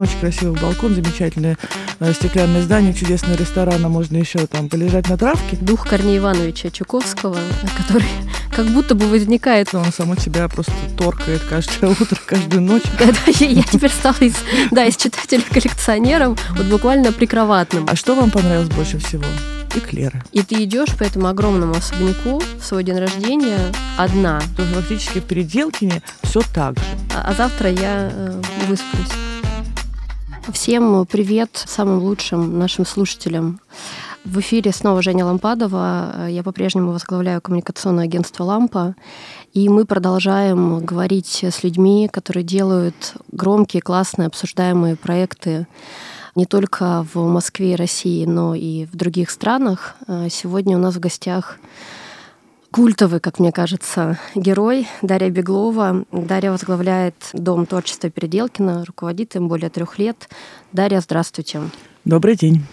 Очень красивый балкон, замечательное стеклянное здание, чудесный ресторан, а можно еще там полежать на травке. Дух Корнея Ивановича Чуковского, который как будто бы возникает. Он само себя просто торкает каждое утро, каждую ночь. Я теперь стала из читателя коллекционером, вот буквально прикроватным. А что вам понравилось больше всего? Эклеры. И ты идешь по этому огромному особняку в свой день рождения одна. То есть фактически в Переделкине все так же. А завтра я высплюсь. Всем привет, самым лучшим нашим слушателям. В эфире снова Женя Лампадова. Я по-прежнему возглавляю коммуникационное агентство «Лампа». И мы продолжаем говорить с людьми, которые делают громкие, классные, обсуждаемые проекты не только в Москве и России, но и в других странах. Сегодня у нас в гостях культовый, как мне кажется, герой Дарья Беглова. Дарья возглавляет Дом творчества Переделкино, руководит им более 3 лет. Дарья, здравствуйте. Добрый день.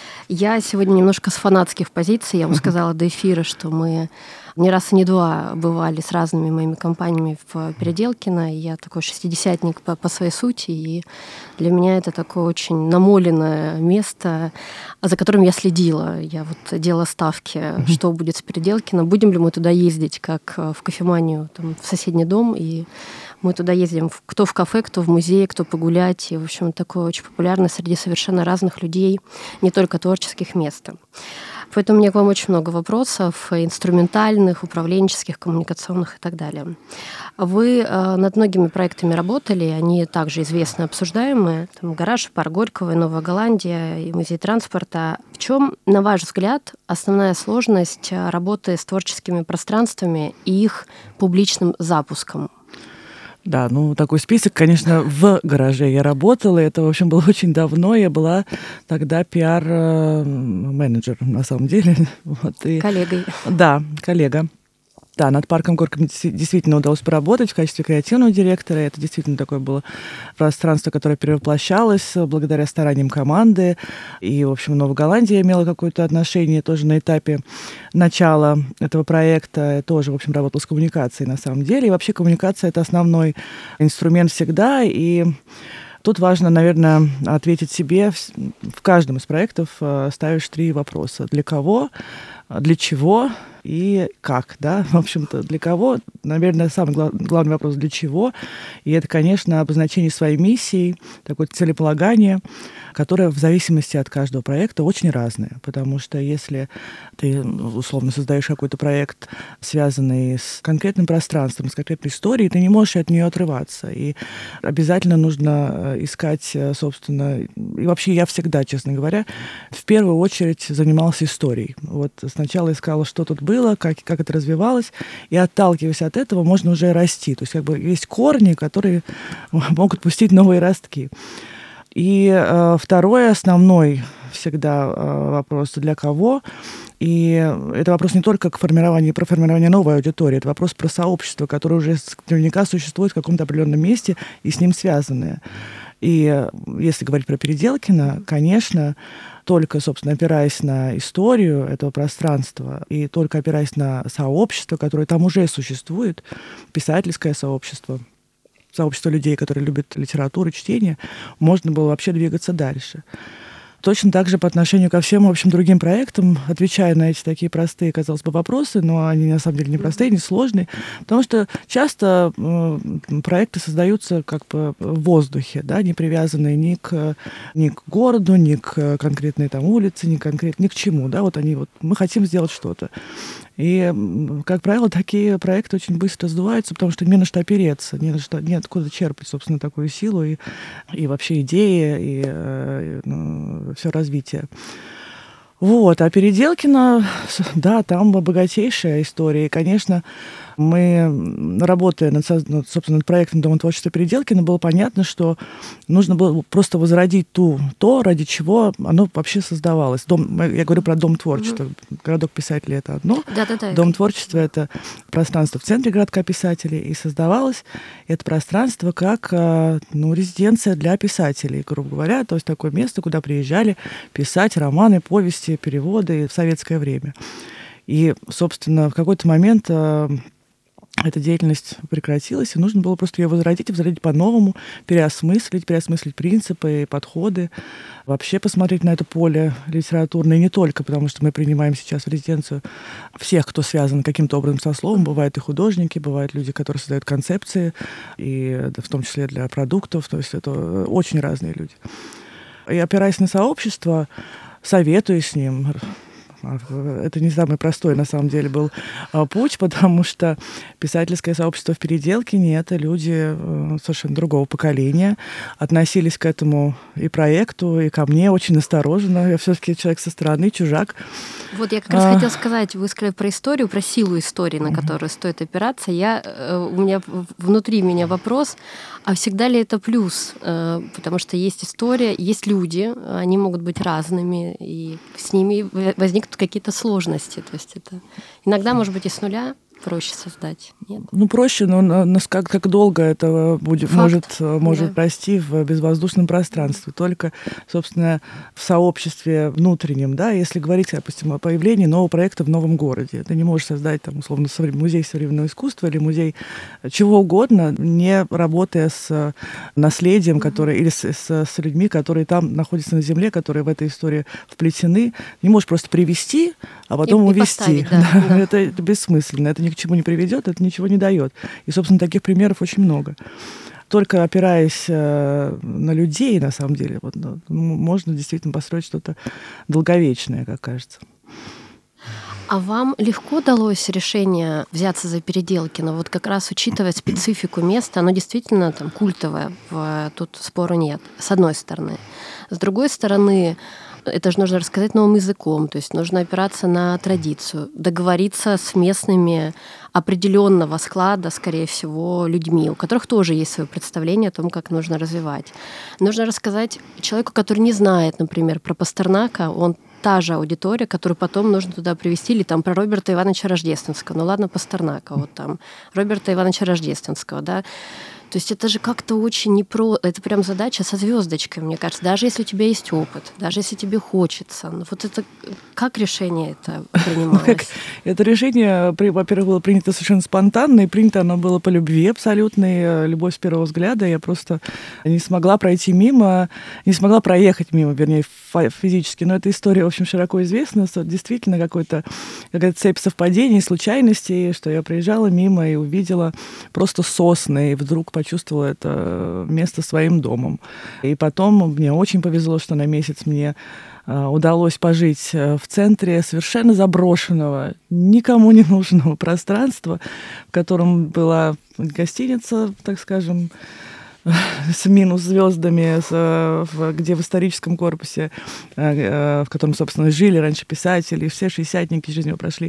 Я сегодня немножко с фанатских позиций. Я вам сказала до эфира, что мы не раз и не два бывали с разными моими компаниями в Переделкино. Я такой шестидесятник по своей сути, и для меня это такое очень намоленное место, за которым я следила. Я вот делала ставки, что будет с Переделкино, будем ли мы туда ездить, как в кофеманию, там, в соседний дом, и мы туда ездим кто в кафе, кто в музей, кто погулять. И, в общем, такое очень популярное среди совершенно разных людей, не только творческих мест. Поэтому у меня к вам очень много вопросов инструментальных, управленческих, коммуникационных и так далее. Вы над многими проектами работали, они также известны, обсуждаемые. Там «Гараж», «Парк Горького», «Новая Голландия» и «Музей транспорта». В чем, на ваш взгляд, основная сложность работы с творческими пространствами и их публичным запуском? Да, такой список, конечно, в «Гараже» я работала. Это, в общем, было очень давно. Я была тогда пиар-менеджером, на самом деле. Коллегой. Да, коллега. Да, над парком Горького действительно удалось поработать в качестве креативного директора. Это действительно такое было пространство, которое перевоплощалось благодаря стараниям команды. И, в общем, Новая Голландия имела какое-то отношение тоже на этапе начала этого проекта. Тоже, в общем, работала с коммуникацией на самом деле. И вообще коммуникация — это основной инструмент всегда. И тут важно, наверное, ответить себе. В каждом из проектов ставишь 3 вопроса. Для кого, для чего и как, да? В общем-то, для кого, наверное, самый главный вопрос — для чего. И это, конечно, обозначение своей миссии, такое целеполагание, которое в зависимости от каждого проекта очень разное. Потому что если ты, условно, создаешь какой-то проект, связанный с конкретным пространством, с конкретной историей, ты не можешь от нее отрываться. И обязательно нужно искать, собственно... И вообще я всегда, честно говоря, в первую очередь занималась историей. Вот сначала искала, что тут было, как это развивалось, и, отталкиваясь от этого, можно уже расти. То есть как бы есть корни, которые могут пустить новые ростки. И второй основной всегда вопрос — для кого. И это вопрос не только про формирование новой аудитории, это вопрос про сообщество, которое уже наверняка существует в каком-то определенном месте и с ним связанное. И если говорить про Переделкино, конечно, только, собственно, опираясь на историю этого пространства и только опираясь на сообщество, которое там уже существует, писательское сообщество людей, которые любят литературу, чтение, можно было вообще двигаться дальше. Точно так же по отношению ко всем, в общем, другим проектам, отвечая на эти такие простые, казалось бы, вопросы, но они на самом деле не простые, не сложные, потому что часто проекты создаются как бы в воздухе, да, не привязанные ни к городу, ни к конкретной там улице, ни к чему, да, мы хотим сделать что-то. И, как правило, такие проекты очень быстро сдуваются, потому что не на что опереться, неоткуда черпать, собственно, такую силу и вообще идеи, и все развитие. Вот. А Переделкино, да, там богатейшая история. И, конечно, мы, работая собственно, над проектом Дома творчества Переделкино, было понятно, что нужно было просто возродить то, ради чего оно вообще создавалось. Я говорю про Дом творчества. Городок писателей — это одно. Да. Дом творчества — это пространство в центре городка писателей. И создавалось это пространство как резиденция для писателей, грубо говоря. То есть такое место, куда приезжали писать романы, повести, переводы в советское время. И, собственно, в какой-то момент эта деятельность прекратилась, и нужно было просто ее возродить по-новому, переосмыслить принципы, подходы, вообще посмотреть на это поле литературное, и не только, потому что мы принимаем сейчас в резиденцию всех, кто связан каким-то образом со словом. Бывают и художники, бывают люди, которые создают концепции, и в том числе для продуктов, то есть это очень разные люди. И опираясь на сообщество, советуюсь с ним. Это не самый простой, на самом деле, был путь, потому что писательское сообщество в Переделкине — это люди совершенно другого поколения. Относились к этому и проекту, и ко мне очень настороженно. Я все-таки человек со стороны, чужак. Вот я как раз хотела сказать, вы сказали про историю, про силу истории, на которую стоит опираться. У меня внутри меня вопрос, а всегда ли это плюс? Потому что есть история, есть люди, они могут быть разными, и с ними возникнут какие-то сложности. То есть это иногда, может быть, и с нуля проще создать. Нет? Ну, проще, но как долго это может расти в безвоздушном пространстве. Только, собственно, в сообществе внутреннем, да, если говорить, допустим, о появлении нового проекта в новом городе. Ты не можешь создать, там, условно, музей современного искусства или музей чего угодно, не работая с наследием, которое, или с людьми, которые там находятся на земле, которые в этой истории вплетены. Не можешь просто привести, а потом увезти. Да. Это бессмысленно. Это ни к чему не приведет, это ничего не дает. И, собственно, таких примеров очень много. Только опираясь на людей, на самом деле, можно действительно построить что-то долговечное, как кажется. А вам легко далось решение взяться за Переделкино? Вот как раз учитывая специфику места, оно действительно там культовое, тут спору нет, с одной стороны. С другой стороны, это же нужно рассказать новым языком, то есть нужно опираться на традицию, договориться с местными определенного склада, скорее всего, людьми, у которых тоже есть свое представление о том, как нужно развивать. Нужно рассказать человеку, который не знает, например, про Пастернака, он та же аудитория, которую потом нужно туда привести, или там про Роберта Ивановича Рождественского. Ну ладно, Пастернака, вот там Роберта Ивановича Рождественского, да. То есть это же как-то очень это прям задача со звездочкой, мне кажется. Даже если у тебя есть опыт, даже если тебе хочется. Но вот это как решение это принималось? Это решение, во-первых, было принято совершенно спонтанно, и принято оно было по любви абсолютной, любовь с первого взгляда. Я просто не смогла пройти мимо, не смогла проехать мимо, вернее, физически. Но эта история, в общем, широко известна. Действительно, какая-то цепь совпадений, случайностей, что я проезжала мимо и увидела просто сосны, и вдруг почувствовала это место своим домом. И потом мне очень повезло, что на месяц мне удалось пожить в центре совершенно заброшенного, никому не нужного пространства, в котором была гостиница, так скажем, с минус звездами, где в историческом корпусе, в котором, собственно, жили раньше писатели, все шестидесятники через него прошли,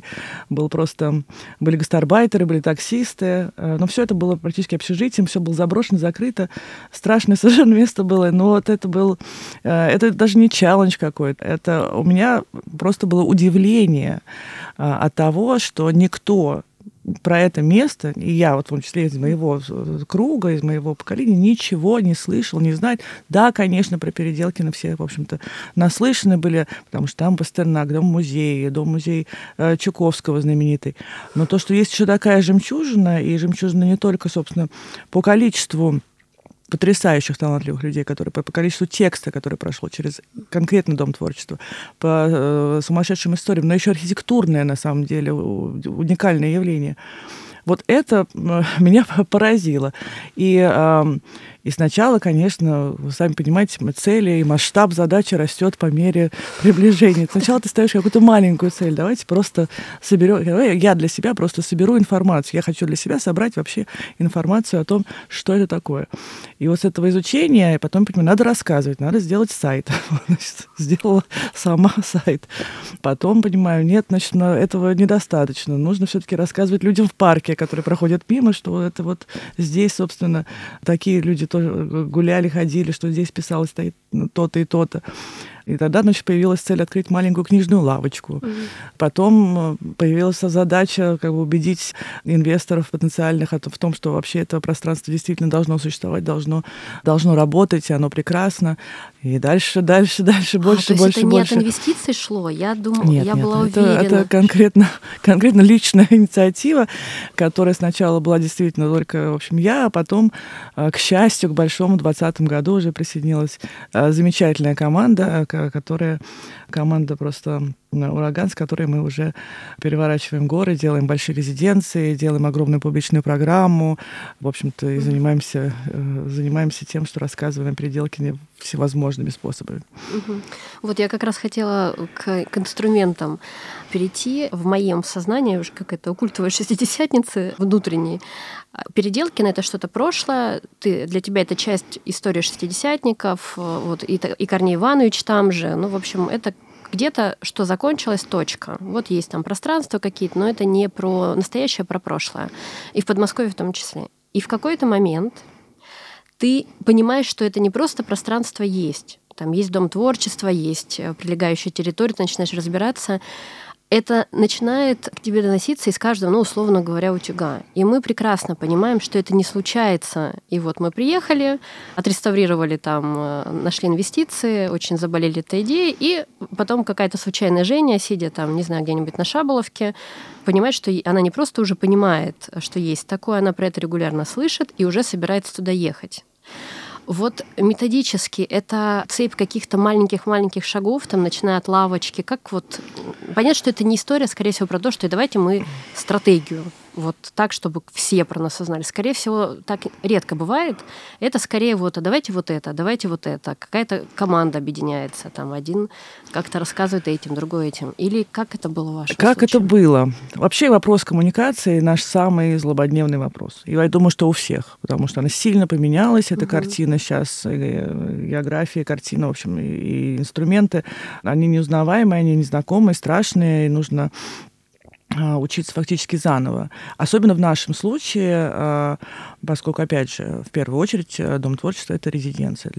были гастарбайтеры, были таксисты, но все это было практически общежитием, все было заброшено, закрыто, страшное совершенно место было, но вот это даже не челлендж какой-то, это у меня просто было удивление от того, что никто про это место, и я, в том числе из моего круга, из моего поколения, ничего не слышал, не знает. Да, конечно, про Переделкино все, в общем-то, наслышаны были, потому что там Пастернак, дом-музей Чуковского знаменитый. Но то, что есть еще такая жемчужина, и жемчужина не только, собственно, по количеству потрясающих, талантливых людей, которые по количеству текста, который прошел через конкретный дом творчества, по сумасшедшим историям, но еще архитектурное, на самом деле, уникальное явление. Вот это меня поразило. И сначала, конечно, вы сами понимаете, цели и масштаб задачи растет по мере приближения. Сначала ты ставишь какую-то маленькую цель. Давайте просто я для себя просто соберу информацию. Я хочу для себя собрать вообще информацию о том, что это такое. И вот с этого изучения, и потом понимаю, надо рассказывать, надо сделать сайт. Значит, сделала сама сайт. Потом понимаю, нет, значит, этого недостаточно. Нужно все-таки рассказывать людям в парке, которые проходят мимо, что это вот здесь, собственно, такие люди тоже гуляли, ходили, что здесь писалось то-то и то-то. И тогда, значит, появилась цель открыть маленькую книжную лавочку. Потом появилась задача как бы убедить инвесторов потенциальных в том, что вообще это пространство действительно должно существовать, должно работать, и оно прекрасно. И дальше, больше, то больше, есть больше. это не от инвестиций шло? Я думала, Нет, была это уверена. конкретно личная инициатива, которая сначала была действительно только, в общем, я, а потом, к счастью, к большому, в 2020 году уже присоединилась замечательная команда, команда просто «Ураган», с которой мы уже переворачиваем горы, делаем большие резиденции, делаем огромную публичную программу, в общем-то, и занимаемся тем, что рассказываем о Переделкине всевозможными способами. Вот я как раз хотела к инструментам перейти. В моем сознании, уже как это, у культовой шестидесятницы внутренней, Переделкино — это что-то прошлое, для тебя это часть истории шестидесятников, вот, и Корней Иванович там же. Ну, в общем, это где-то, что закончилось, точка. Вот есть там пространства какие-то, но это не про настоящее, а про прошлое. И в Подмосковье в том числе. И в какой-то момент ты понимаешь, что это не просто пространство есть. Там есть дом творчества, есть прилегающая территория, ты начинаешь разбираться. Это начинает к тебе доноситься из каждого, ну, условно говоря, утюга. И мы прекрасно понимаем, что это не случается. И вот мы приехали, отреставрировали там, нашли инвестиции, очень заболели этой идеей, и потом какая-то случайная Женя, сидя там, не знаю, где-нибудь на Шаболовке, понимает, что она не просто уже понимает, что есть такое, она про это регулярно слышит и уже собирается туда ехать. Вот методически это цепь каких-то маленьких шагов, там, начиная от лавочки. Как вот понятно, что это не история, скорее всего, про то, что давайте мы стратегию вот так, чтобы все про нас узнали. Скорее всего, так редко бывает. Это скорее вот, давайте вот это. Какая-то команда объединяется. Там один как-то рассказывает этим, другой этим. Или как это было в вашем случае? Как это было? Вообще вопрос коммуникации — наш самый злободневный вопрос. И я думаю, что у всех, потому что она сильно поменялась, эта картина сейчас, география, картина, в общем, и инструменты, они неузнаваемые, они незнакомые, страшные, и нужно учиться фактически заново. Особенно в нашем случае, поскольку, опять же, в первую очередь, Дом творчества — это резиденция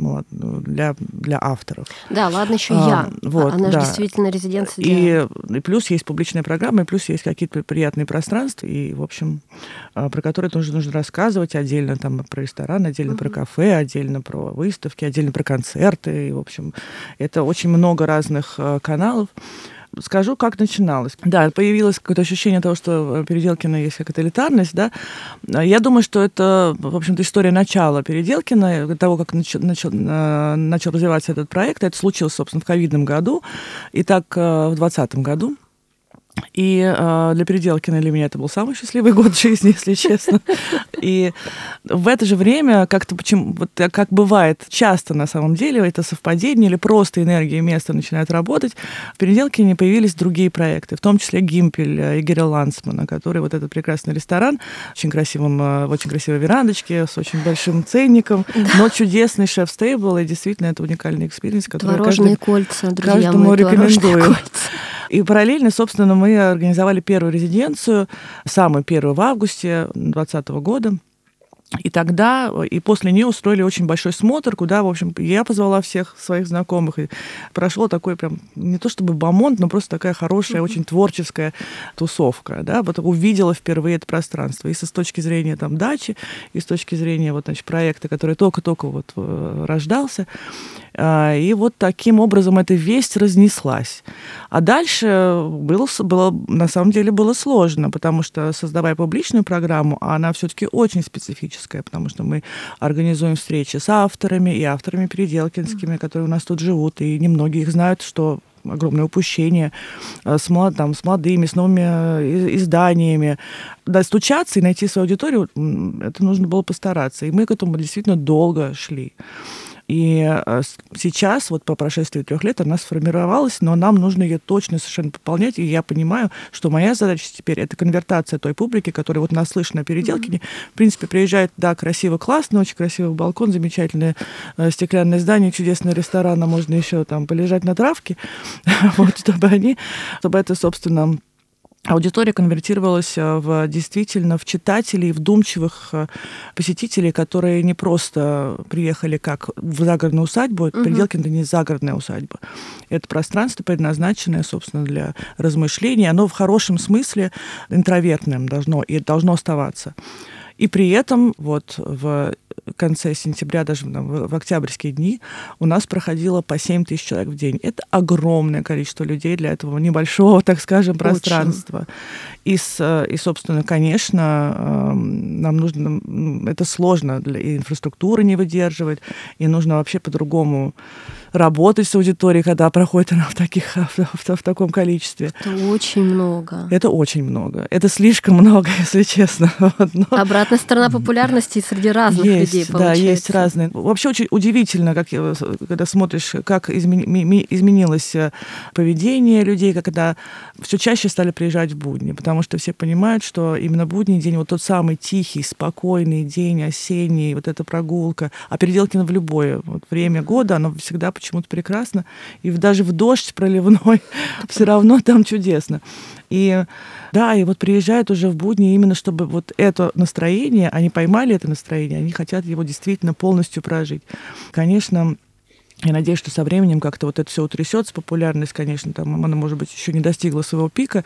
для авторов. Да, ладно, еще Вот, она же да. действительно резиденция. И плюс есть публичная программа, и плюс есть какие-то приятные пространства, и, в общем, про которые тоже нужно рассказывать отдельно там про ресторан, отдельно про кафе, отдельно про выставки, отдельно про концерты. И, в общем, это очень много разных каналов. Скажу, как начиналось. Да, появилось какое-то ощущение того, что Переделкино есть какая-то элитарность, да. Я думаю, что это, в общем-то, история начала Переделкино, того, как начал развиваться этот проект. Это случилось, собственно, в ковидном году. И так в 2020 году. И для Переделкино, для меня это был самый счастливый год жизни, если честно. И в это же время, как бывает часто на самом деле, это совпадение или просто энергия места начинает работать, в Переделкине появились другие проекты, в том числе «Гимпель» Игоря Лансмана, который вот этот прекрасный ресторан в очень красивой верандочке, с очень большим ценником, но чудесный шеф-стейбл, и действительно это уникальный экспириенс, который Творожные кольца, друзья каждому мои, рекомендую. И параллельно, собственно, мы организовали первую резиденцию, самую первую в августе 2020 года. И тогда, и после нее устроили очень большой смотр, куда, в общем, я позвала всех своих знакомых, и прошел такой прям, не то чтобы бомонд, но просто такая хорошая, очень творческая тусовка, да, вот увидела впервые это пространство. И с точки зрения там дачи, и с точки зрения вот, значит, проекта, который только-только вот рождался. И вот таким образом эта весть разнеслась. А дальше на самом деле было сложно, потому что, создавая публичную программу, она все-таки очень специфическая, потому что мы организуем встречи с авторами и авторами переделкинскими, которые у нас тут живут, и немногие их знают, что огромное упущение с молодыми, с новыми изданиями. Достучаться и найти свою аудиторию, это нужно было постараться. И мы к этому действительно долго шли. И сейчас, вот по прошествии 3 лет, она сформировалась, но нам нужно ее точно совершенно пополнять. И я понимаю, что моя задача теперь — это конвертация той публики, которая вот нас слышит на Переделкине. В принципе, приезжает, да, красиво, классно, очень красивый балкон, замечательное стеклянное здание, чудесный ресторан, а можно еще там полежать на травке, вот, чтобы это, собственно, аудитория конвертировалась действительно в читателей, вдумчивых посетителей, которые не просто приехали как в загородную усадьбу. Переделкино — это не загородная усадьба. Это пространство, предназначенное, собственно, для размышлений. Оно в хорошем смысле интровертным должно оставаться. И при этом вот в конце сентября, даже в октябрьские дни, у нас проходило по 7 тысяч человек в день. Это огромное количество людей для этого небольшого, так скажем, пространства. И, собственно, конечно, нам нужно... Это сложно, и инфраструктура не выдерживает, и нужно вообще по-другому работать с аудиторией, когда проходит она в таком количестве. Это очень много. Это очень много. Это слишком много, если честно. Но... Обратная сторона популярности среди разных людей получается. Да, есть разные. Вообще очень удивительно, когда смотришь, как изменилось поведение людей, когда все чаще стали приезжать в будни, потому что все понимают, что именно будний день, вот тот самый тихий, спокойный день, осенний, вот эта прогулка, а Переделкино в любое время года, оно всегда почему-то прекрасно, и даже в дождь проливной все равно там чудесно. И да, и вот приезжают уже в будни именно, чтобы вот это настроение, они поймали это настроение, они хотят его действительно полностью прожить. Конечно, я надеюсь, что со временем как-то вот это все утрясется. Популярность, конечно, там, она, может быть, еще не достигла своего пика,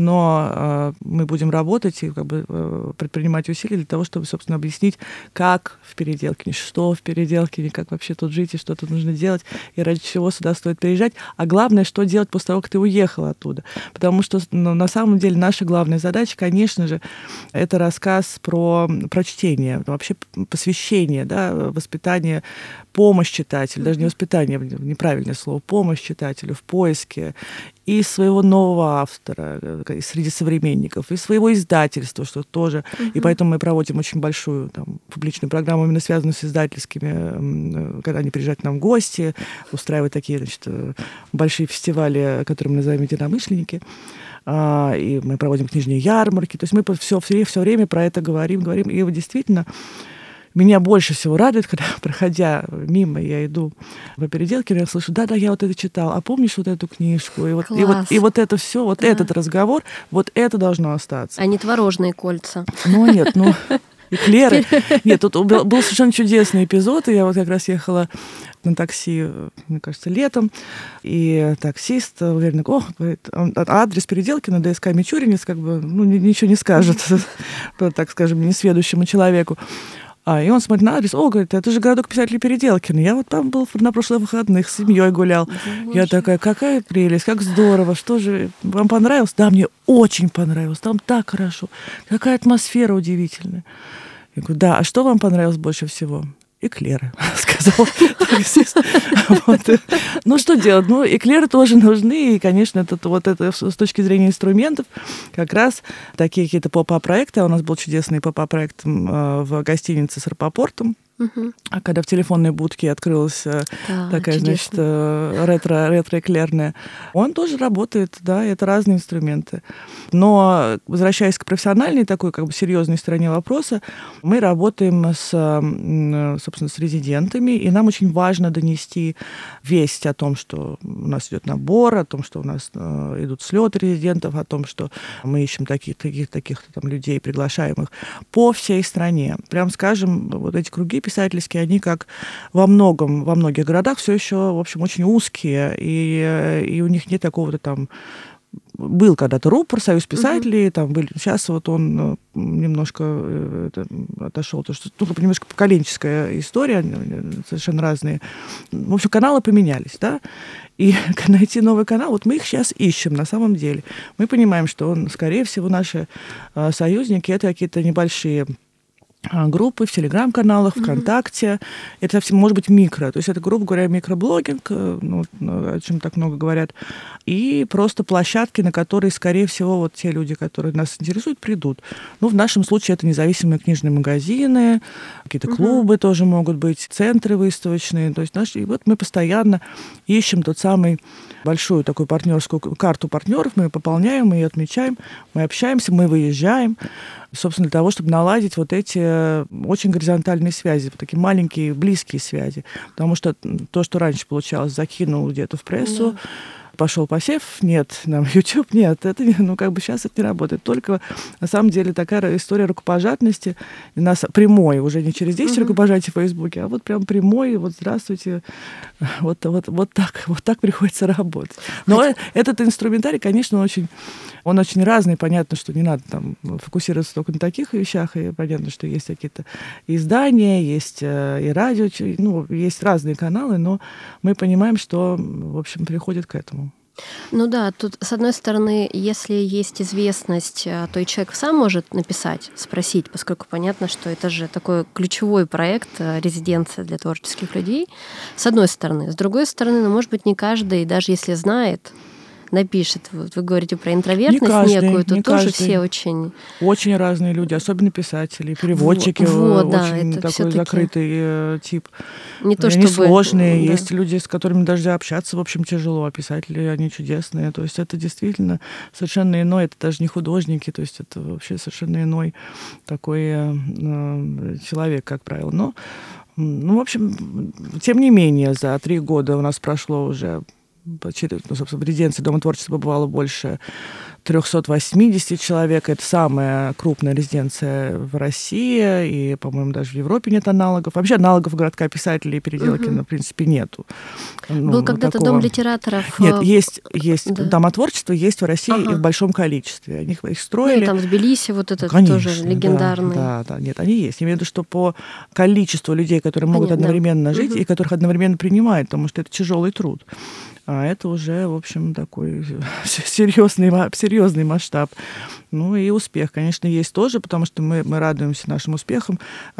но мы будем работать и предпринимать усилия для того, чтобы, собственно, объяснить, как в Переделкине, что в Переделкине, как вообще тут жить и что тут нужно делать, и ради чего сюда стоит приезжать. А главное, что делать после того, как ты уехал оттуда. Потому что на самом деле наша главная задача, конечно же, это рассказ про чтение, вообще посвящение, да, воспитание, помощь читателю, даже не воспитание, неправильное слово, помощь читателю в поиске и своего нового автора среди современников, и своего издательства, что тоже. И поэтому мы проводим очень большую публичную программу, именно связанную с издательскими, когда они приезжают к нам в гости, устраивают такие, значит, большие фестивали, которые мы называем «Единомышленники». И мы проводим книжные ярмарки. То есть мы все время про это говорим. И вот действительно... Меня больше всего радует, когда, проходя мимо, я иду по Переделкино, я слышу, да, я вот это читал, а помнишь вот эту книжку? И вот это все, вот этот разговор, вот это должно остаться. А не творожные кольца. Нет, эклеры. Нет, тут был совершенно чудесный эпизод, и я вот как раз ехала на такси, мне кажется, летом, и таксист уверенно говорит, адрес Переделкино, ДСК Мичуринец, ничего не скажет, так скажем, несведущему человеку. И он смотрит на адрес, говорит, это же городок писателей Переделкино. Я вот там был на прошлых выходных, с семьей гулял. Боже. Я такая, какая прелесть, как здорово, что же, вам понравилось? Да, мне очень понравилось, там так хорошо, какая атмосфера удивительная. Я говорю, да, а что вам понравилось больше всего? Эклеры, сказал таксист. Что делать? Эклеры тоже нужны, и, конечно, это с точки зрения инструментов как раз такие какие-то поп-ап-проекты. У нас был чудесный поп-ап-проект в гостинице с Рапопортом, когда в телефонной будке открылась такая, значит, ретро-эклерная. Он тоже работает, да, это разные инструменты. Но, возвращаясь к профессиональной такой, серьезной стороне вопроса, мы работаем собственно, с резидентами, и нам очень важно донести весть о том, что у нас идет набор, о том, что у нас идут слеты резидентов, о том, что мы ищем таких-то людей, приглашаемых по всей стране. Прям скажем, вот эти круги писательские, они как во многих городах все еще, в общем, очень узкие, и у них нет такого-то там... Был когда-то рупор, союз писателей, там были. Сейчас вот он немножко отошел, то что немножко поколенческая история, совершенно разные. В общем, каналы поменялись, да. И найти новый канал, вот мы их сейчас ищем на самом деле. Мы понимаем, что скорее всего, наши союзники — это какие-то небольшие группы в телеграм-каналах, ВКонтакте. Это совсем может быть микро. То есть это, грубо говоря, микроблогинг, о чем так много говорят. И просто площадки, на которые, скорее всего, вот те люди, которые нас интересуют, придут. В нашем случае это независимые книжные магазины, какие-то клубы тоже могут быть, центры выставочные. То есть и вот мы постоянно ищем тот самый большую такую партнерскую карту партнеров, мы ее пополняем, мы ее отмечаем, мы общаемся, мы выезжаем, собственно, для того, чтобы наладить вот эти очень горизонтальные связи, такие маленькие, близкие связи. Потому что то, что раньше получалось, закинул где-то в прессу, пошел посев, нет, нам YouTube, нет, это, сейчас это не работает. Только, на самом деле, такая история рукопожатности, у нас прямой, уже не через 10 рукопожатий в Фейсбуке, а вот прям прямой, вот здравствуйте, вот так приходится работать. Но этот инструментарий, конечно, он очень разный, понятно, что не надо там фокусироваться только на таких вещах, и понятно, что есть какие-то издания, есть и радио, есть разные каналы, но мы понимаем, что, в общем, приходит к этому. Ну да, тут, с одной стороны, если есть известность, то и человек сам может написать, спросить, поскольку понятно, что это же такой ключевой проект, резиденция для творческих людей, с одной стороны. С другой стороны, может быть, не каждый, даже если знает, напишет. Вот вы говорите про интровертность некую, то тоже все очень... Очень разные люди, особенно писатели, переводчики, очень такой закрытый тип. Не то, они чтобы... сложные, есть люди, с которыми даже общаться, в общем, тяжело, а писатели, они чудесные. То есть это действительно совершенно иной, это даже не художники, то есть это вообще совершенно иной такой человек, как правило. Но, в общем, тем не менее, за 3 года у нас прошло уже... собственно, в резиденции Дома творчества побывало больше 380 человек. Это самая крупная резиденция в России, и, по-моему, даже в Европе нет аналогов. Вообще аналогов городка писателей и Переделкина, в принципе, нету. Был когда-то Дом литераторов. Нет, есть да. Дома творчества есть в России и в большом количестве. Они их строили. Ну, и там в Тбилиси вот этот тоже легендарный. Да, нет, они есть. Я имею в виду, что по количеству людей, которые могут одновременно жить и которых одновременно принимают, потому что это тяжелый труд. А это уже, в общем, такой серьезный масштаб. Ну и успех, конечно, есть тоже, потому что мы радуемся нашим успехам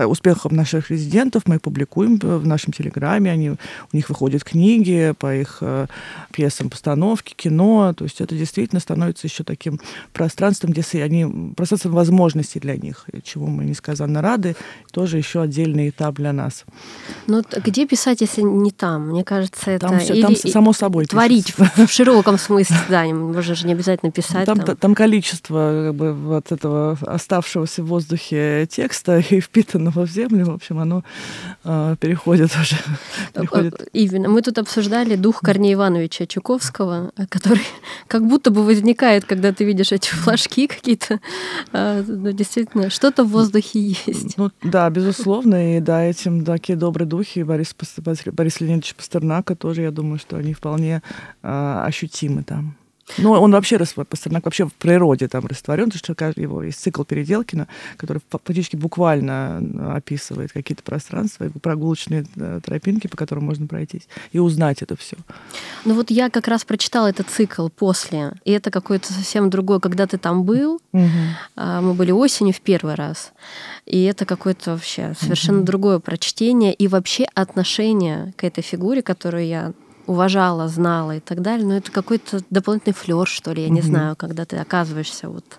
наших резидентов, мы их публикуем в нашем Телеграме, у них выходят книги по их пьесам, постановки, кино, то есть это действительно становится еще таким пространством, пространством возможностей для них, чему мы несказанно рады, тоже еще отдельный этап для нас. Ну где писать, если не там? Мне кажется, это... Там само собой. Творить в широком смысле, да, можно же не обязательно писать. Там количество вот этого оставшегося в воздухе текста и впитанного в землю, в общем, оно переходит уже. Именно. Мы тут обсуждали дух Корнея Ивановича Чуковского, который как будто бы возникает, когда ты видишь эти флажки какие-то. Действительно, что-то в воздухе есть. Да, безусловно, и да, этим такие добрые духи Борис Леонидович Пастернака тоже, я думаю, что они вполне ощутимы там. Но он вообще, Пастернак вообще в природе там растворен, потому что его есть цикл Переделкина, который фактически буквально описывает какие-то пространства и прогулочные тропинки, по которым можно пройтись, и узнать это все. Ну вот я как раз прочитала этот цикл после, и это какое-то совсем другое, когда ты там был, мы были осенью в первый раз, и это какое-то вообще совершенно другое прочтение и вообще отношение к этой фигуре, которую я уважала, знала и так далее, но это какой-то дополнительный флёр, что ли, я не знаю, когда ты оказываешься вот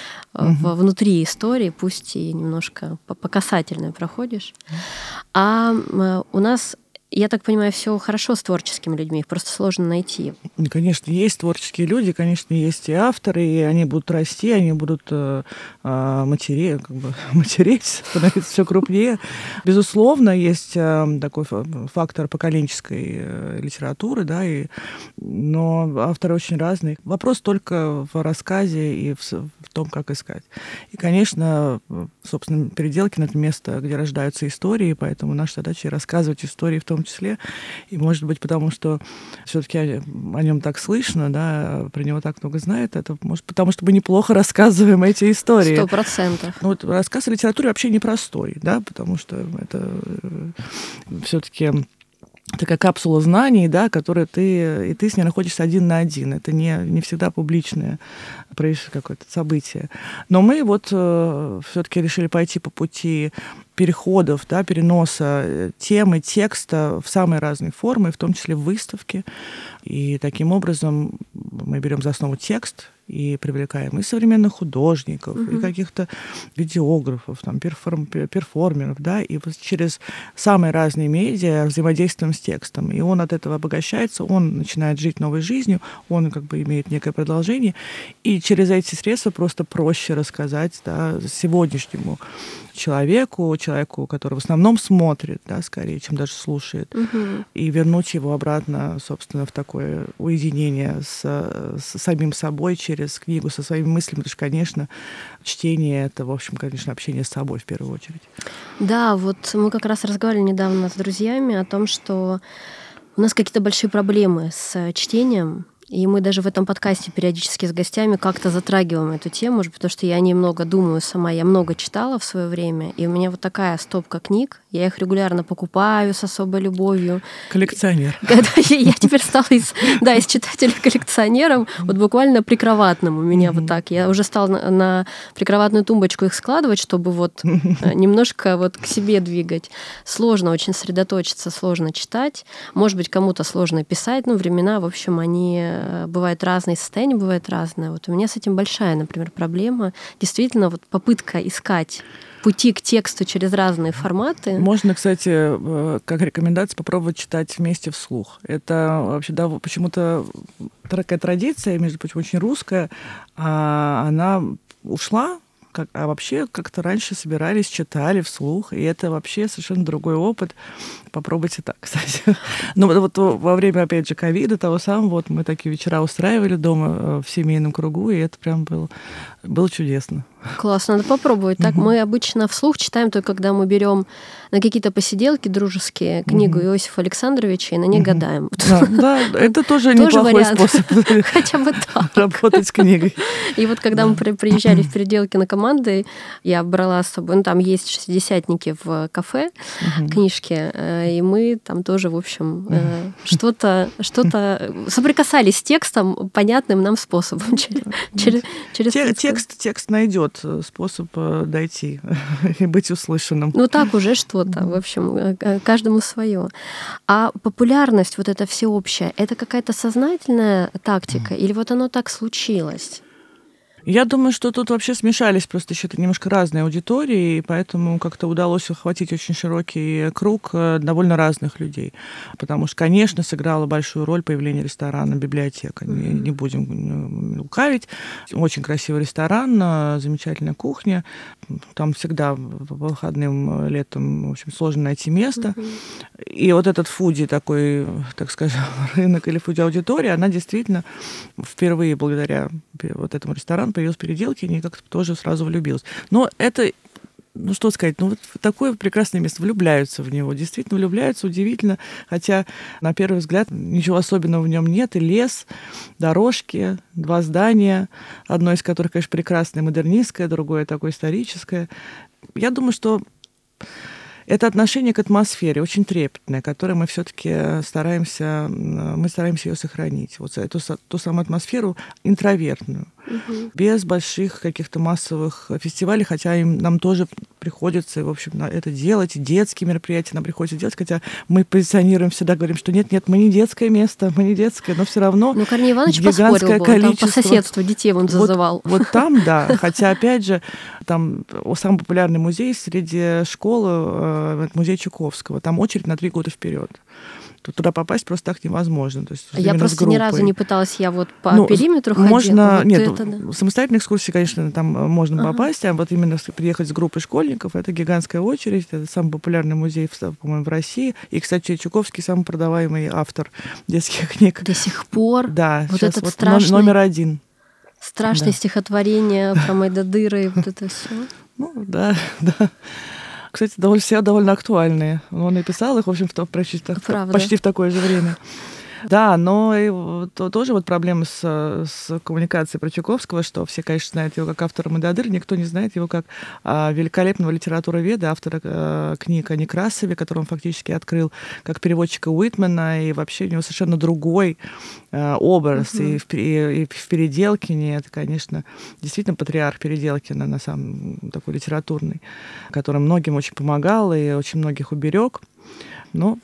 внутри истории, пусть и немножко по касательной проходишь. А у нас, я так понимаю, все хорошо с творческими людьми, их просто сложно найти. Конечно, есть творческие люди, конечно, есть и авторы, и они будут расти, они будут матереть, становиться все крупнее. Безусловно, есть такой фактор поколенческой литературы, да, но авторы очень разные. Вопрос только в рассказе и в том, как искать. И, конечно, собственно, Переделкино — это место, где рождаются истории, поэтому наша задача — рассказывать истории в том числе. И, может быть, потому что все-таки о нем так слышно, да, про него так много знают, это может потому, что мы неплохо рассказываем эти истории. 100%. Рассказ о литературе вообще непростой, да, потому что это все-таки такая капсула знаний, да, которую ты с ней находишься один на один. Это не всегда публичное какое-то событие. Но мы все-таки решили пойти по пути переходов, да, переноса темы, текста в самые разные формы, в том числе в выставке. И таким образом мы берем за основу текст и привлекаем и современных художников, и каких-то видеографов, там, перформеров, да, и вот через самые разные медиа взаимодействуем с текстом. И он от этого обогащается, он начинает жить новой жизнью, он как бы имеет некое продолжение, и через эти средства просто проще рассказать, да, сегодняшнему человеку, который в основном смотрит, да, скорее, чем даже слушает, и вернуть его обратно, собственно, в такое уединение с самим собой через книгу, со своими мыслями, потому что, конечно, чтение — это, в общем, конечно, общение с собой в первую очередь. Да, вот мы как раз разговаривали недавно с друзьями о том, что у нас какие-то большие проблемы с чтением, и мы даже в этом подкасте периодически с гостями как-то затрагиваем эту тему, потому что я о ней много думаю сама, я много читала в свое время, и у меня вот такая стопка книг, я их регулярно покупаю с особой любовью. Коллекционер. Я теперь стала из читателя коллекционером, вот буквально прикроватным у меня вот так. Я уже стала на прикроватную тумбочку их складывать, чтобы вот немножко вот к себе двигать. Сложно очень сосредоточиться, сложно читать. Может быть, кому-то сложно писать, но времена, в общем, они бывают разные, состояния бывают разные. Вот у меня с этим большая, например, проблема. Действительно, вот попытка искать пути к тексту через разные форматы. Можно, кстати, как рекомендация, попробовать читать вместе вслух. Это вообще, да, почему-то такая традиция, между прочим, очень русская, она ушла, а вообще как-то раньше собирались, читали вслух, и это вообще совершенно другой опыт. Попробуйте так, кстати. Ну вот во время, опять же, ковида, того самого, вот мы такие вечера устраивали дома в семейном кругу, и это прям было чудесно. Классно, надо попробовать. Так мы обычно вслух читаем только когда мы берем на какие-то посиделки дружеские книгу Иосифа Александровича и на ней гадаем. Да, это тоже неплохой способ. Хотя бы так. Работать с книгой. И вот когда мы приезжали в переделки на команды, я брала с собой, там есть шестидесятники в кафе, книжки, и мы там тоже, в общем, что-то соприкасались с текстом понятным нам способом. Текст найдет способ дойти и быть услышанным. Ну так уже что-то, в общем, каждому свое. А популярность вот эта всеобщая, это какая-то сознательная тактика или вот оно так случилось? Я думаю, что тут вообще смешались просто еще немножко разные аудитории, и поэтому как-то удалось охватить очень широкий круг довольно разных людей. Потому что, конечно, сыграло большую роль появление ресторана «Библиотека». Не будем лукавить. Очень красивый ресторан, замечательная кухня. Там всегда по выходным, летом, в общем, сложно найти место. И вот этот фуди такой, так скажем, рынок или фуди-аудитория, она действительно впервые благодаря вот этому ресторану появилась в переделке, и как-то тоже сразу влюбилась. Но это, ну что сказать, ну вот такое прекрасное место, влюбляются в него, действительно влюбляются, удивительно, хотя на первый взгляд ничего особенного в нем нет, и лес, дорожки, 2 здания, одно из которых, конечно, прекрасное, модернистское, другое такое историческое. Я думаю, что это отношение к атмосфере очень трепетное, которое мы все-таки стараемся ее сохранить. Вот эту ту самую атмосферу интровертную, без больших каких-то массовых фестивалей, хотя нам тоже приходится, в общем, это делать, и детские мероприятия нам приходится делать, хотя мы позиционируем всегда, говорим, что нет, мы не детское место, мы не детское, но все равно ну, Корней Иванович гигантское поспорил, количество. Там по соседству детей он зазывал. Вот там, да, хотя, опять же, там самый популярный музей среди школы, музей Чуковского, там очередь на 3 года вперед. Туда попасть просто так невозможно. То есть, я просто ни разу не пыталась, я вот по периметру ходила. Можно, вот нет, это, да. Самостоятельные экскурсии, конечно, там можно попасть, а вот именно приехать с группой школьников, это гигантская очередь, это самый популярный музей, по-моему, в России. И, кстати, Чуковский самый продаваемый автор детских книг. До сих пор? Да, вот сейчас этот страшный, номер 1. Страшное стихотворение про Майдадыра и вот это все. Ну, да. Кстати, все довольно актуальные. Он написал их, в общем, почти в такое же время. Да, но тоже вот проблема с коммуникацией про Чуковского, что все, конечно, знают его как автора Майдадыра, никто не знает его как великолепного литературоведа, автора книг о Некрасове, который он фактически открыл как переводчика Уитмена, и вообще у него совершенно другой образ. И в Переделкине это, конечно, действительно патриарх Переделкина, на самом такой литературный, который многим очень помогал и очень многих уберег. Но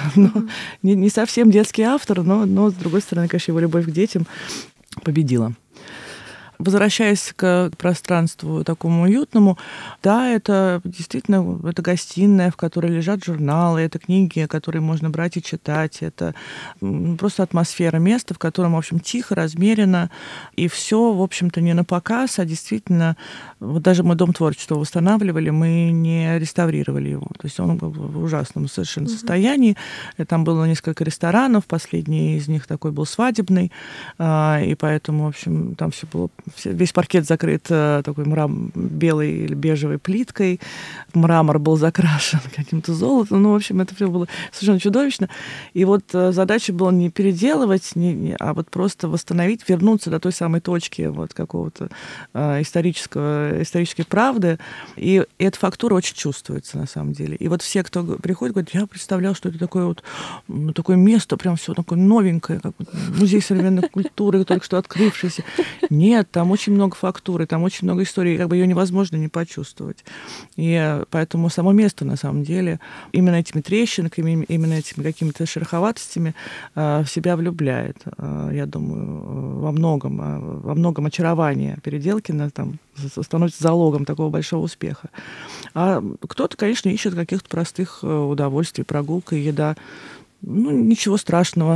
не совсем детский автор, но с другой стороны, конечно, его любовь к детям победила. возвращаясь к пространству такому уютному, да, это действительно это гостиная, в которой лежат журналы, это книги, которые можно брать и читать, это просто атмосфера места, в котором, в общем, тихо, размеренно, и все, в общем-то, не на показ, а действительно, вот даже мы Дом творчества восстанавливали, мы не реставрировали его, то есть он был в ужасном совершенно состоянии, там было несколько ресторанов, последний из них такой был свадебный, и поэтому, в общем, там все было, весь паркет закрыт такой белой или бежевой плиткой, мрамор был закрашен каким-то золотом, ну, в общем, это все было совершенно чудовищно. И вот задача была не переделывать, а вот просто восстановить, вернуться до той самой точки вот какого-то исторической правды. И эта фактура очень чувствуется на самом деле. И вот все, кто приходит, говорят, я представлял, что это такое вот такое место, прям все такое новенькое, как музей современной культуры, только что открывшийся. Нет, там очень много фактуры, там очень много историй, как бы ее невозможно не почувствовать. И поэтому само место, на самом деле, именно этими трещинками, именно этими какими-то шероховатостями в себя влюбляет. Я думаю, во многом очарование Переделкина там становится залогом такого большого успеха. А кто-то, конечно, ищет каких-то простых удовольствий, прогулка, еда. Ну, ничего страшного.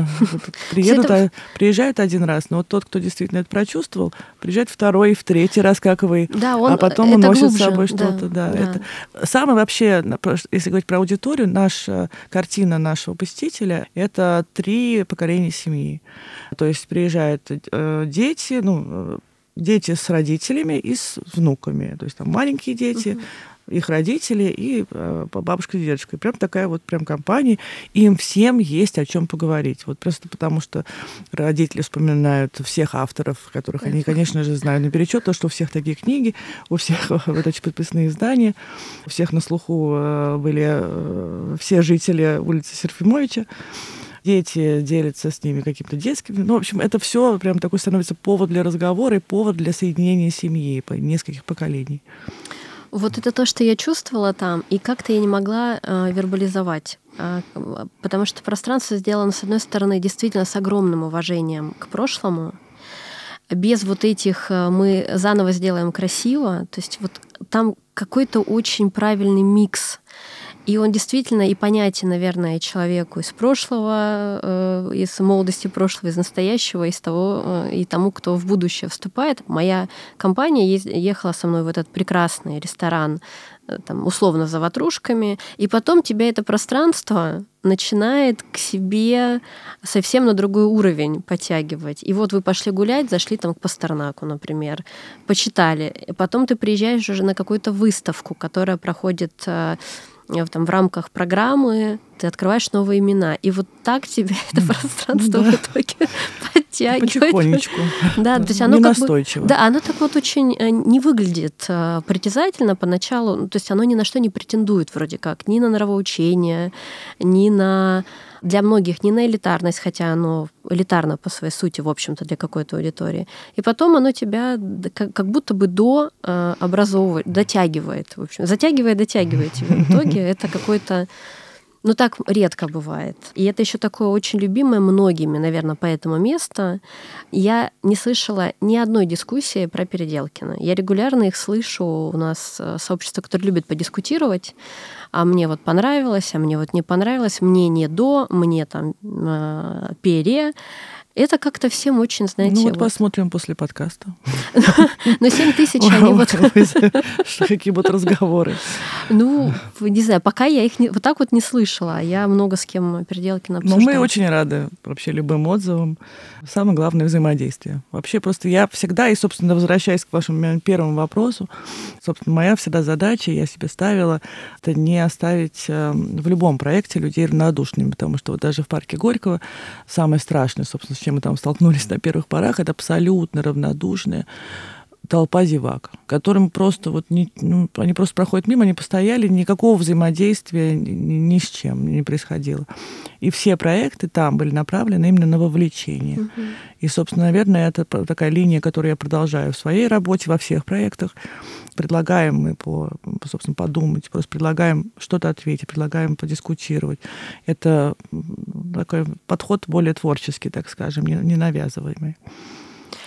Приезжают один раз, но вот тот, кто действительно это прочувствовал, приезжает второй, в третий раз, как вы, а потом уносит с собой что-то. Да. Это самое вообще, если говорить про аудиторию, картина нашего посетителя — это 3 поколения семьи. То есть приезжают дети, дети с родителями и с внуками. То есть там маленькие дети, их родители и бабушка с дедушкой. Прям такая вот прям компания. И им всем есть о чем поговорить. Вот просто потому, что родители вспоминают всех авторов, которых они, конечно же, знают наперечет, то, что у всех такие книги, у всех вот эти подписные издания, у всех на слуху были все жители улицы Серафимовича. Дети делятся с ними какими-то детскими. Ну, в общем, это все прям такой становится повод для разговора и повод для соединения семьи по нескольких поколений. Вот это то, что я чувствовала там, и как-то я не могла вербализовать. Потому что пространство сделано, с одной стороны, действительно с огромным уважением к прошлому, без вот этих «мы заново сделаем красиво». То есть вот там какой-то очень правильный микс. И он действительно и понятен, наверное, человеку из прошлого, из молодости прошлого, из настоящего, из того, и тому, кто в будущее вступает. Моя компания ехала со мной в этот прекрасный ресторан, там, условно, за ватрушками, и потом тебя это пространство начинает к себе совсем на другой уровень подтягивать. И вот вы пошли гулять, зашли там к Пастернаку, например, почитали. И потом ты приезжаешь уже на какую-то выставку, которая проходит там, в рамках программы, ты открываешь новые имена. И вот так тебе это пространство в итоге подтягивает. Потихонечку. Да, то есть оно не настойчиво. Да, оно так вот очень не выглядит притязательно поначалу. То есть оно ни на что не претендует вроде как. Ни на нравоучение, ни на... Для многих не на элитарность, хотя оно элитарно по своей сути, в общем-то, для какой-то аудитории. И потом оно тебя как будто бы дообразовывает, дотягивает. В общем, дотягивает тебя в итоге. Это какой-то... Ну, так редко бывает. И это еще такое очень любимое многими, наверное, поэтому место. Я не слышала ни одной дискуссии про Переделкино. Я регулярно их слышу. У нас сообщество, которое любит подискутировать. А мне вот понравилось, а мне вот не понравилось. Мне не до, мне там пере. Это как-то всем очень, знаете... Ну вот посмотрим после подкаста. Но 7 тысяч они вот... Какие будут разговоры. Ну, не знаю, пока я их вот так вот не слышала. Я много с кем Переделкино обсуждала. Но мы очень рады вообще любым отзывам. Самое главное — взаимодействие. Вообще просто я всегда, и, собственно, возвращаясь к вашему первому вопросу, собственно, моя всегда задача, я себе ставила, это не оставить в любом проекте людей равнодушными, потому что вот даже в парке Горького самое страшное, собственно, с чем мы там столкнулись на первых порах, это абсолютно равнодушная толпа зевак, которым просто вот они просто проходят мимо, они постояли, никакого взаимодействия ни с чем не происходило. И все проекты там были направлены именно на вовлечение. И, собственно, наверное, это такая линия, которую я продолжаю в своей работе, во всех проектах. Предлагаем мы, собственно, подумать, просто предлагаем что-то ответить, предлагаем подискутировать. Это такой подход более творческий, так скажем, не навязываемый.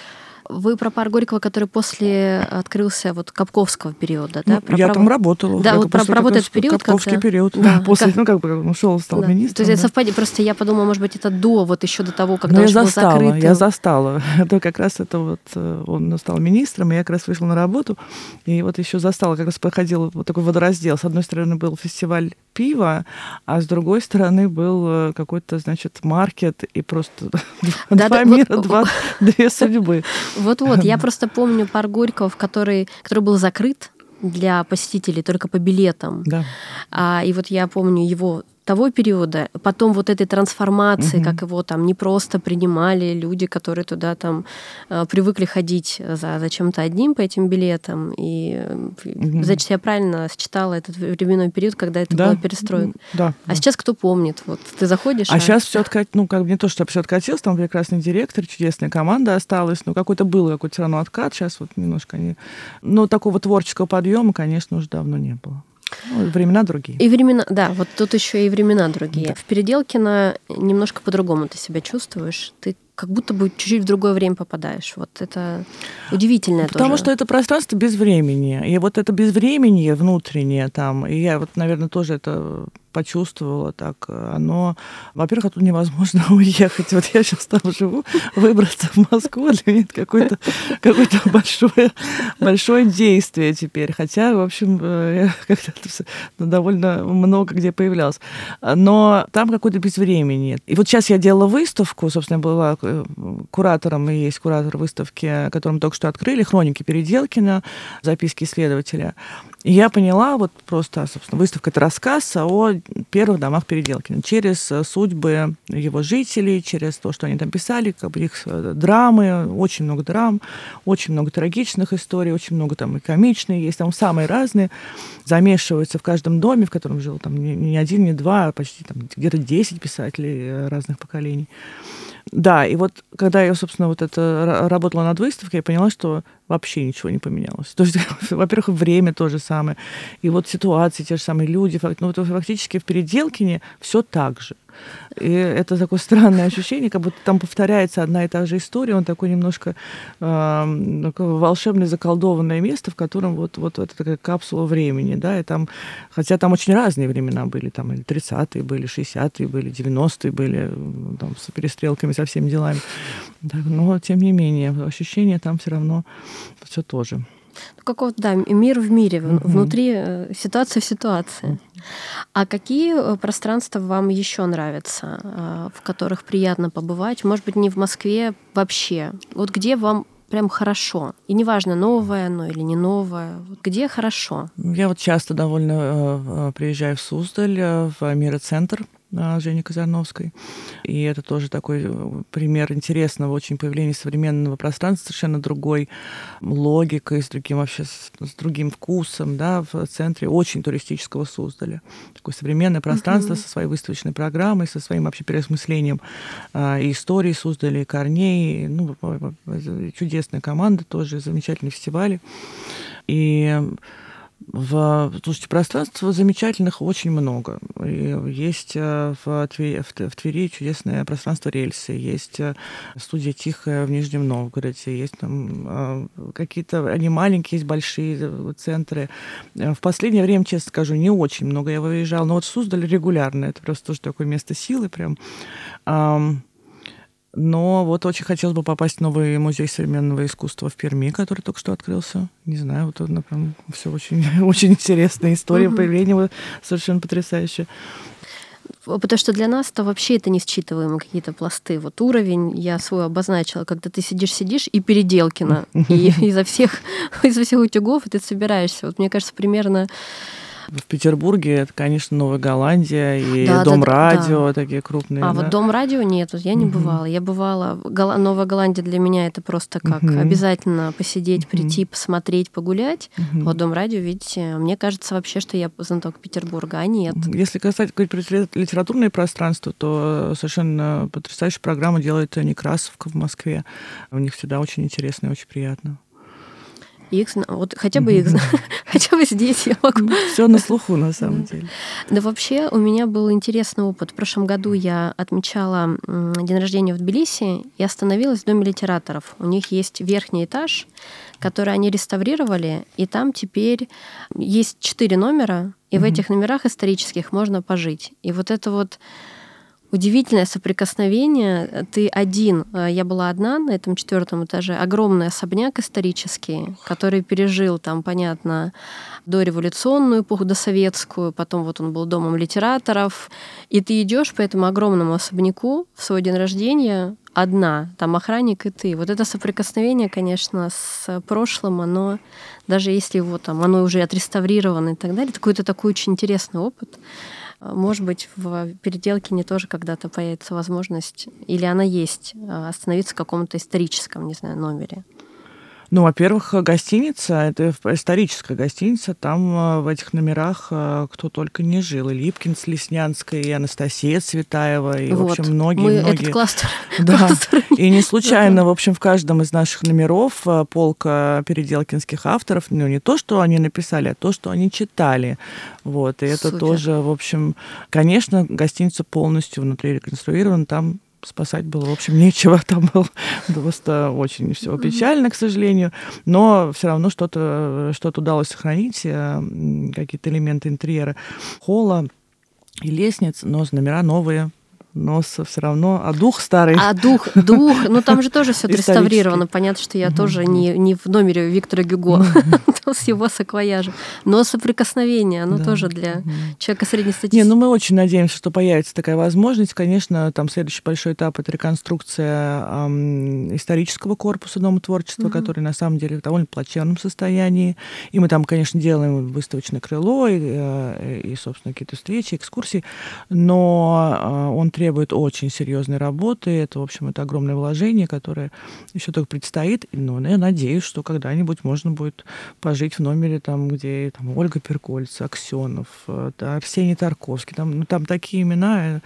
Вы про парк Горького, который после открылся вот Капковского периода, да? Я там работала. Да, вот про вот этот период. Капковский период. Да, после, ушел, стал министром. То есть это совпадение. Просто я подумала, может быть, это еще до того, когда он был закрыт. Я застала. Это как раз он стал министром, и я как раз вышла на работу, и вот еще застала, как раз проходил вот такой водораздел. С одной стороны был фестиваль пива, а с другой стороны был какой-то, значит, маркет, и просто два мира, две судьбы. Вот-вот, я просто помню парк Горького, который был закрыт для посетителей только по билетам. Да. И вот я помню его того периода, потом вот этой трансформации, как его там не просто принимали люди, которые туда там привыкли ходить за чем-то одним по этим билетам. И значит, я правильно считала этот временной период, когда это была перестройка. Да. А сейчас кто помнит? Вот ты заходишь. Сейчас все не то, что все откатилось, там прекрасный директор, чудесная команда осталась, но какой-то все равно откат. Сейчас вот немножко но такого творческого подъема, конечно, уже давно не было. Времена другие. И времена, да, вот тут еще и времена другие. Да. В Переделкино немножко по-другому ты себя чувствуешь. Ты как будто бы чуть-чуть в другое время попадаешь. Вот это удивительное тоже. Потому что это пространство без времени. И вот это безвременье внутреннее там, и я наверное, тоже это почувствовала так, во-первых, оттуда невозможно уехать. Вот я сейчас там живу, выбраться в Москву для меня это какое-то большое действие теперь. Хотя, в общем, я когда-то довольно много где появлялась. Но там какое-то безвременье. И вот сейчас я делала выставку, собственно, я была куратором, и есть куратор выставки, которую мы только что открыли, «Хроники Переделкина», записки исследователя. И я поняла, собственно, выставка — это рассказ о первых домах Переделкина через судьбы его жителей, через то, что они там писали, их драмы, очень много драм, очень много трагичных историй, очень много там и комичные есть, там самые разные, замешиваются в каждом доме, в котором жил там не один, не два, а почти там где-то 10 писателей разных поколений. Да, и вот когда я, собственно, работала над выставкой, я поняла, что вообще ничего не поменялось. То есть, во-первых, время то же самое, и вот ситуации, те же самые люди. Фактически в Переделкине все так же. И это такое странное ощущение, как будто там повторяется одна и та же история. Он такой немножко такое волшебное, заколдованное место, в котором вот это такая капсула времени, да, и там, хотя там очень разные времена были, там и 30-е были, 60-е были, 90-е были, там, с перестрелками, со всеми делами. Но, тем не менее, ощущение там все равно все то же. Мир в мире, внутри ситуация в ситуации. А какие пространства вам еще нравятся, в которых приятно побывать? Может быть, не в Москве вообще. Вот где вам прям хорошо? И неважно, новое оно или не новое. Где хорошо? Я часто довольно приезжаю в Суздаль, в Мироцентр Жени Казарновской. И это тоже такой пример интересного очень появления современного пространства, совершенно другой логикой, с другим вкусом, да, в центре очень туристического Суздаля. Такое современное пространство со своей выставочной программой, со своим вообще переосмыслением и истории Суздаля, и корней. Чудесная команда тоже, замечательные фестивали. И слушайте, пространств замечательных очень много. Есть в Твери чудесное пространство «Рельсы», есть студия «Тихая» в Нижнем Новгороде, есть там какие-то, они маленькие, есть большие центры. В последнее время, честно скажу, не очень много я выезжала, но Суздаль регулярно, это просто тоже такое место силы прям. Но очень хотелось бы попасть в новый музей современного искусства в Перми, который только что открылся. Не знаю, например, все очень, очень интересная история появления его, совершенно потрясающая. Потому что для нас это вообще это не считываемые какие-то пласты. Уровень я свой обозначила, когда ты сидишь и Переделкино, и изо всех утюгов, и ты собираешься. Мне кажется, примерно... В Петербурге это, конечно, Новая Голландия и Дом радио, такие крупные. Вот Дом радио нет, я не бывала. Я бывала. Новая Голландия для меня это просто как обязательно посидеть, прийти, посмотреть, погулять. Вот Дом радио, видите, мне кажется вообще, что я знаток Петербурга, а нет. Если говорить про литературное пространство, то совершенно потрясающую программу делает Некрасовка в Москве. У них всегда очень интересно и очень приятно. X, вот хотя бы X, хотя бы здесь я могу. Все на слуху, на самом деле. Да вообще у меня был интересный опыт. В прошлом году я отмечала день рождения в Тбилиси и остановилась в Доме литераторов. У них есть верхний этаж, который они реставрировали, и там теперь есть 4 номера, и в этих номерах исторических можно пожить. И вот это вот удивительное соприкосновение. Ты один, я была одна на этом 4 этаже, огромный особняк исторический, который пережил там, понятно, дореволюционную эпоху, досоветскую, потом вот он был домом литераторов, и ты идешь по этому огромному особняку в свой день рождения одна, там охранник и ты. Вот это соприкосновение, конечно, с прошлым, оно, даже если его там, оно уже отреставрировано и так далее, какой-то такой очень интересный опыт. Может быть, в Переделкине тоже когда-то появится возможность, или она есть, остановиться в каком-то историческом, не знаю, номере. Ну, во-первых, гостиница, это историческая гостиница, там в этих номерах кто только не жил. И Липкин с Леснянской, и Анастасия Цветаева, и, вот. в общем, многие. Мы этот кластер. Да, и не случайно, в общем, в каждом из наших номеров полка переделкинских авторов, ну, не то, что они написали, а то, что они читали. Вот, и это тоже, в общем, конечно, гостиница полностью внутри реконструирована, там спасать было, в общем, нечего. Там было просто очень все печально, к сожалению. Но все равно что-то удалось сохранить, какие-то элементы интерьера холла и лестниц, но номера новые. Но все равно, а дух старый. А дух, ну там же тоже все отреставрировано. Понятно, что я тоже не в номере Виктора Гюго, с его саквояжем. Но соприкосновение, оно тоже для человека среднестатистического. Не, ну мы очень надеемся, что появится такая возможность. Конечно, там следующий большой этап — это реконструкция исторического корпуса Дома творчества, который на самом деле в довольно плачевном состоянии. И мы там, конечно, делаем выставочное крыло и собственно, какие-то встречи, экскурсии. Но он требует очень серьезной работы. Это, в общем, это огромное вложение, которое еще только предстоит. Но я надеюсь, что когда-нибудь можно будет пожить в номере, там, где там, Ольга Перкольц, Аксенов, Арсений Тарковский. Там такие имена.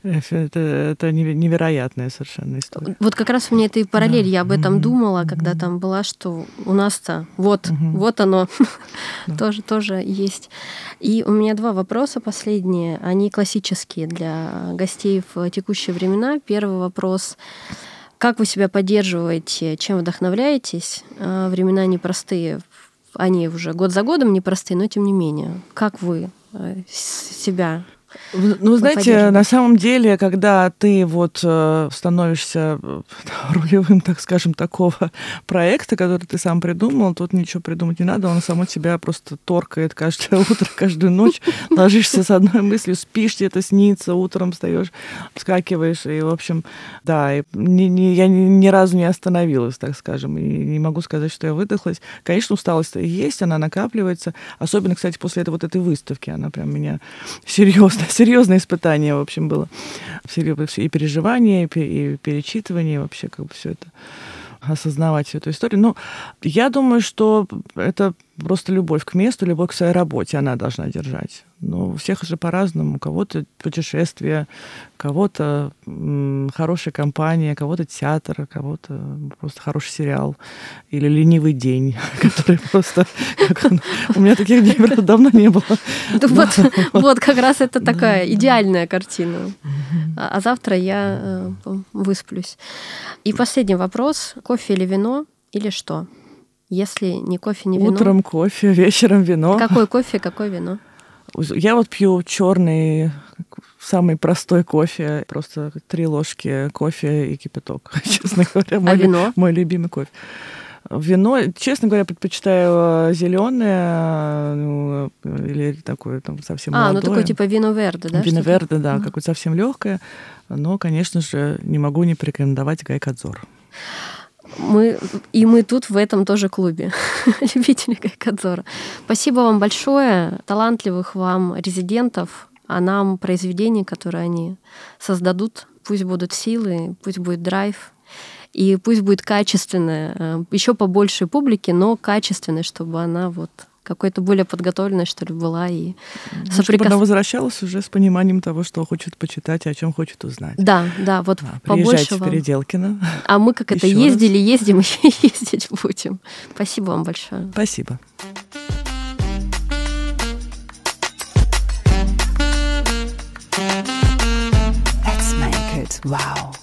Это невероятная совершенно история. Вот как раз у меня это и параллель. Я об этом думала, когда там была, что у нас-то вот оно тоже есть. И у меня 2 вопроса последние. Они классические для гостей в текущие времена. Первый вопрос. Как вы себя поддерживаете, чем вдохновляетесь? Времена непростые, они уже год за годом непростые, но тем не менее. Как вы себя Ну, знаете, на самом деле, когда ты вот становишься рулевым, так скажем, такого проекта, который ты сам придумал, тут ничего придумать не надо, он само тебя просто торкает каждое утро, каждую ночь, ложишься с одной мыслью, спишь, тебе это снится, утром встаешь, вскакиваешь, и, в общем, да, я ни разу не остановилась, так скажем, и не могу сказать, что я выдохлась. Конечно, усталость есть, она накапливается, особенно, кстати, после этой выставки, она прям меня серьезное испытание, в общем, было. И переживание, и перечитывание, и вообще как бы все это осознавать всю эту историю. Но я думаю, что это просто любовь к месту, любовь к своей работе она должна держать. Но у всех же по-разному. У кого-то путешествие, у кого-то хорошая компания, у кого-то театр, у кого-то просто хороший сериал. Или ленивый день, который просто... У меня таких дней, правда, давно не было. Вот как раз это такая идеальная картина. А завтра я высплюсь. И последний вопрос. Кофе или вино, или что? Если не кофе, не вино. Утром кофе, вечером вино. Какой кофе, какое вино? Я вот пью черный, самый простой кофе, просто 3 ложки кофе и кипяток, честно говоря. Вино? Мой любимый кофе. Вино, честно говоря, предпочитаю зеленое, или такое там совсем молодое. Ну такое типа вино верде, да? Вино верде, да, какое-то совсем легкое. Но, конечно же, не могу не порекомендовать Гайкадзор. Мы тут в этом тоже клубе любителей Гайкадзора. Спасибо вам большое, талантливых вам резидентов, а нам произведений, которые они создадут. Пусть будут силы, пусть будет драйв, и пусть будет качественная, еще побольше публики, но качественная, чтобы она вот какой-то более подготовленной, что ли, была. И чтобы она возвращалась уже с пониманием того, что хочет почитать и о чем хочет узнать. Да, вот приезжайте в Переделкино. А мы как это ездили, ездим и ездить будем. Спасибо вам большое. Спасибо. Let's make it wow.